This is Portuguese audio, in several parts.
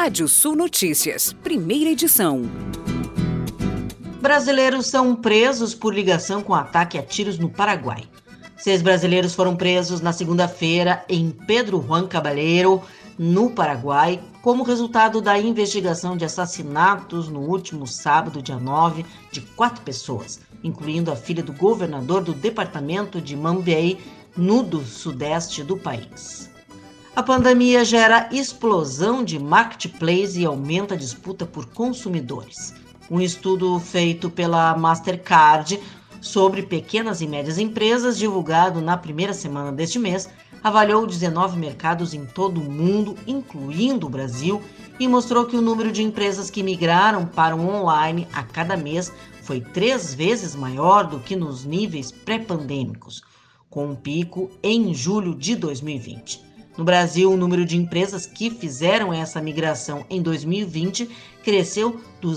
Rádio Sul Notícias, primeira edição. Brasileiros são presos por ligação com ataque a tiros no Paraguai. 6 brasileiros foram presos na segunda-feira em Pedro Juan Caballero, no Paraguai, como resultado da investigação de assassinatos no último sábado, dia 9, de 4 pessoas, incluindo a filha do governador do departamento de Mambéi, no sudeste do país. A pandemia gera explosão de marketplace e aumenta a disputa por consumidores. Um estudo feito pela Mastercard sobre pequenas e médias empresas, divulgado na primeira semana deste mês, avaliou 19 mercados em todo o mundo, incluindo o Brasil, e mostrou que o número de empresas que migraram para o online a cada mês foi 3 vezes maior do que nos níveis pré-pandêmicos, com um pico em julho de 2020. No Brasil, o número de empresas que fizeram essa migração em 2020 cresceu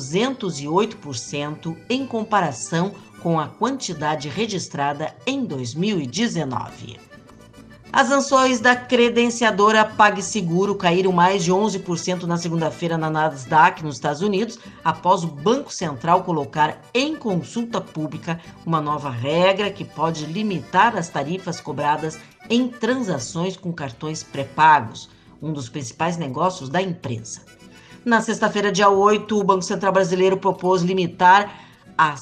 208% em comparação com a quantidade registrada em 2019. As ações da credenciadora PagSeguro caíram mais de 11% na segunda-feira na Nasdaq, nos Estados Unidos, após o Banco Central colocar em consulta pública uma nova regra que pode limitar as tarifas cobradas em transações com cartões pré-pagos, um dos principais negócios da empresa. Na sexta-feira, dia 8, o Banco Central brasileiro propôs limitar a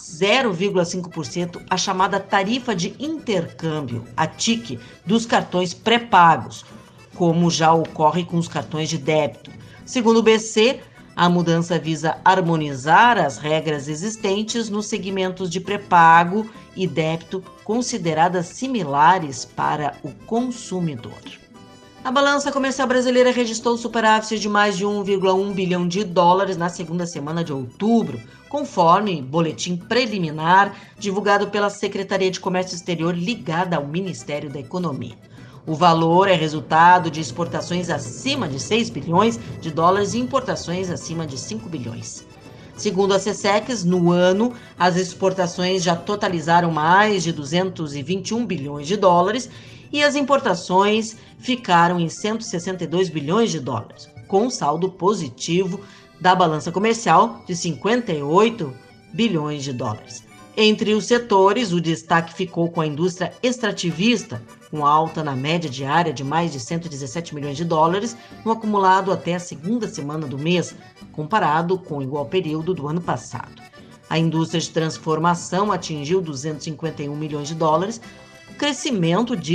0,5% a chamada tarifa de intercâmbio, a TIC, dos cartões pré-pagos, como já ocorre com os cartões de débito. Segundo o BC, a mudança visa harmonizar as regras existentes nos segmentos de pré-pago e débito consideradas similares para o consumidor. A balança comercial brasileira registrou superávit de mais de 1,1 bilhão de dólares na segunda semana de outubro, conforme boletim preliminar divulgado pela Secretaria de Comércio Exterior ligada ao Ministério da Economia. O valor é resultado de exportações acima de 6 bilhões de dólares e importações acima de 5 bilhões. Segundo a SECEX, no ano, as exportações já totalizaram mais de 221 bilhões de dólares e as importações ficaram em 162 bilhões de dólares, com saldo positivo da balança comercial de 58 bilhões de dólares. Entre os setores, o destaque ficou com a indústria extrativista, com alta na média diária de mais de 117 milhões de dólares no acumulado até a segunda semana do mês, comparado com o igual período do ano passado. A indústria de transformação atingiu 251 milhões de dólares, crescimento de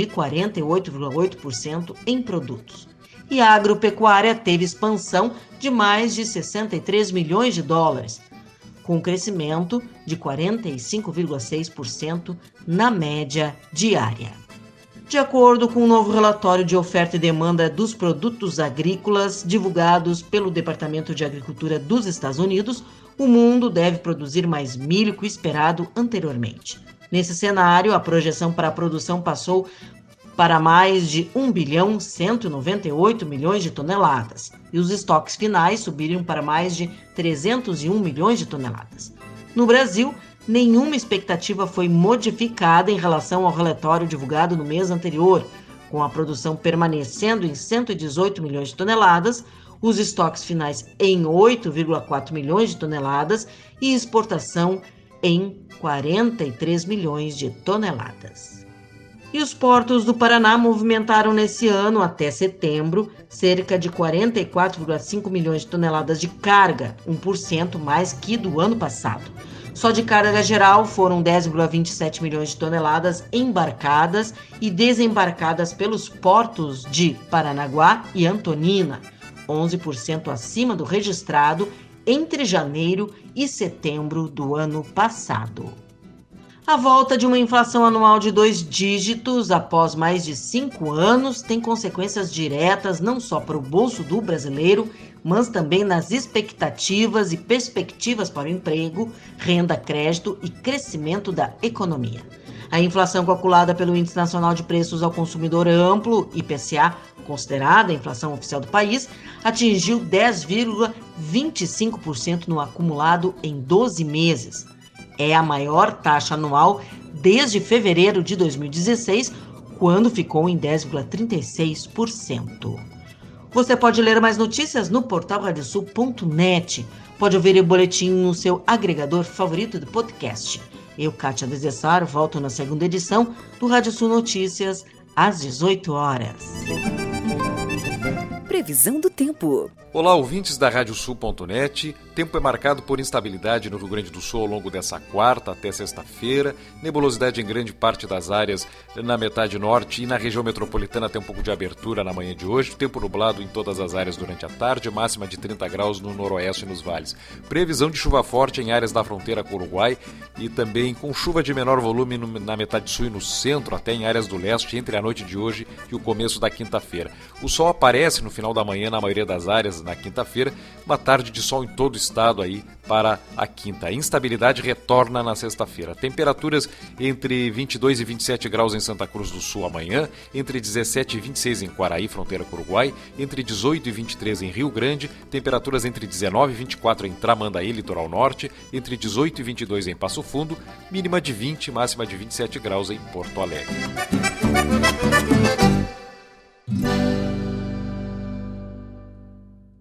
48,8% em produtos. E a agropecuária teve expansão de mais de 63 milhões de dólares, com crescimento de 45,6% na média diária. De acordo com o novo relatório de oferta e demanda dos produtos agrícolas divulgados pelo Departamento de Agricultura dos Estados Unidos, o mundo deve produzir mais milho que o esperado anteriormente. Nesse cenário, a projeção para a produção passou para mais de 1 bilhão 198 milhões de toneladas, e os estoques finais subiram para mais de 301 milhões de toneladas. No Brasil, nenhuma expectativa foi modificada em relação ao relatório divulgado no mês anterior, com a produção permanecendo em 118 milhões de toneladas, os estoques finais em 8,4 milhões de toneladas e exportação em 43 milhões de toneladas. E os portos do Paraná movimentaram nesse ano, até setembro, cerca de 44,5 milhões de toneladas de carga, 1% mais que do ano passado. Só de carga geral foram 10,27 milhões de toneladas embarcadas e desembarcadas pelos portos de Paranaguá e Antonina, 11% acima do registrado entre janeiro e setembro do ano passado. A volta de uma inflação anual de 2 dígitos após mais de 5 anos tem consequências diretas não só para o bolso do brasileiro, mas também nas expectativas e perspectivas para o emprego, renda, crédito e crescimento da economia. A inflação calculada pelo Índice Nacional de Preços ao Consumidor Amplo, IPCA, considerada a inflação oficial do país, atingiu 10,25% no acumulado em 12 meses. É a maior taxa anual desde fevereiro de 2016, quando ficou em 10,36%. Você pode ler mais notícias no portal radiosul.net. Pode ouvir o boletim no seu agregador favorito de podcast. Eu, Kátia Desessar, volto na segunda edição do Rádio Sul Notícias, às 18 horas. Previsão do tempo. Olá, ouvintes da Radiosul.net. Tempo é marcado por instabilidade no Rio Grande do Sul ao longo dessa quarta até sexta-feira. Nebulosidade em grande parte das áreas na metade norte e na região metropolitana tem um pouco de abertura na manhã de hoje. Tempo nublado em todas as áreas durante a tarde, máxima de 30 graus no noroeste e nos vales. Previsão de chuva forte em áreas da fronteira com o Uruguai e também com chuva de menor volume na metade sul e no centro, até em áreas do leste, entre a noite de hoje e o começo da quinta-feira. O sol aparece no final da manhã na maioria das áreas na quinta-feira, uma tarde de sol em todo o estado aí para a quinta. A instabilidade retorna na sexta-feira. Temperaturas entre 22 e 27 graus em Santa Cruz do Sul amanhã, entre 17 e 26 em Quaraí, fronteira com o Uruguai, entre 18 e 23 em Rio Grande, temperaturas entre 19 e 24 em Tramandaí, litoral norte, entre 18 e 22 em Passo Fundo, mínima de 20, máxima de 27 graus em Porto Alegre.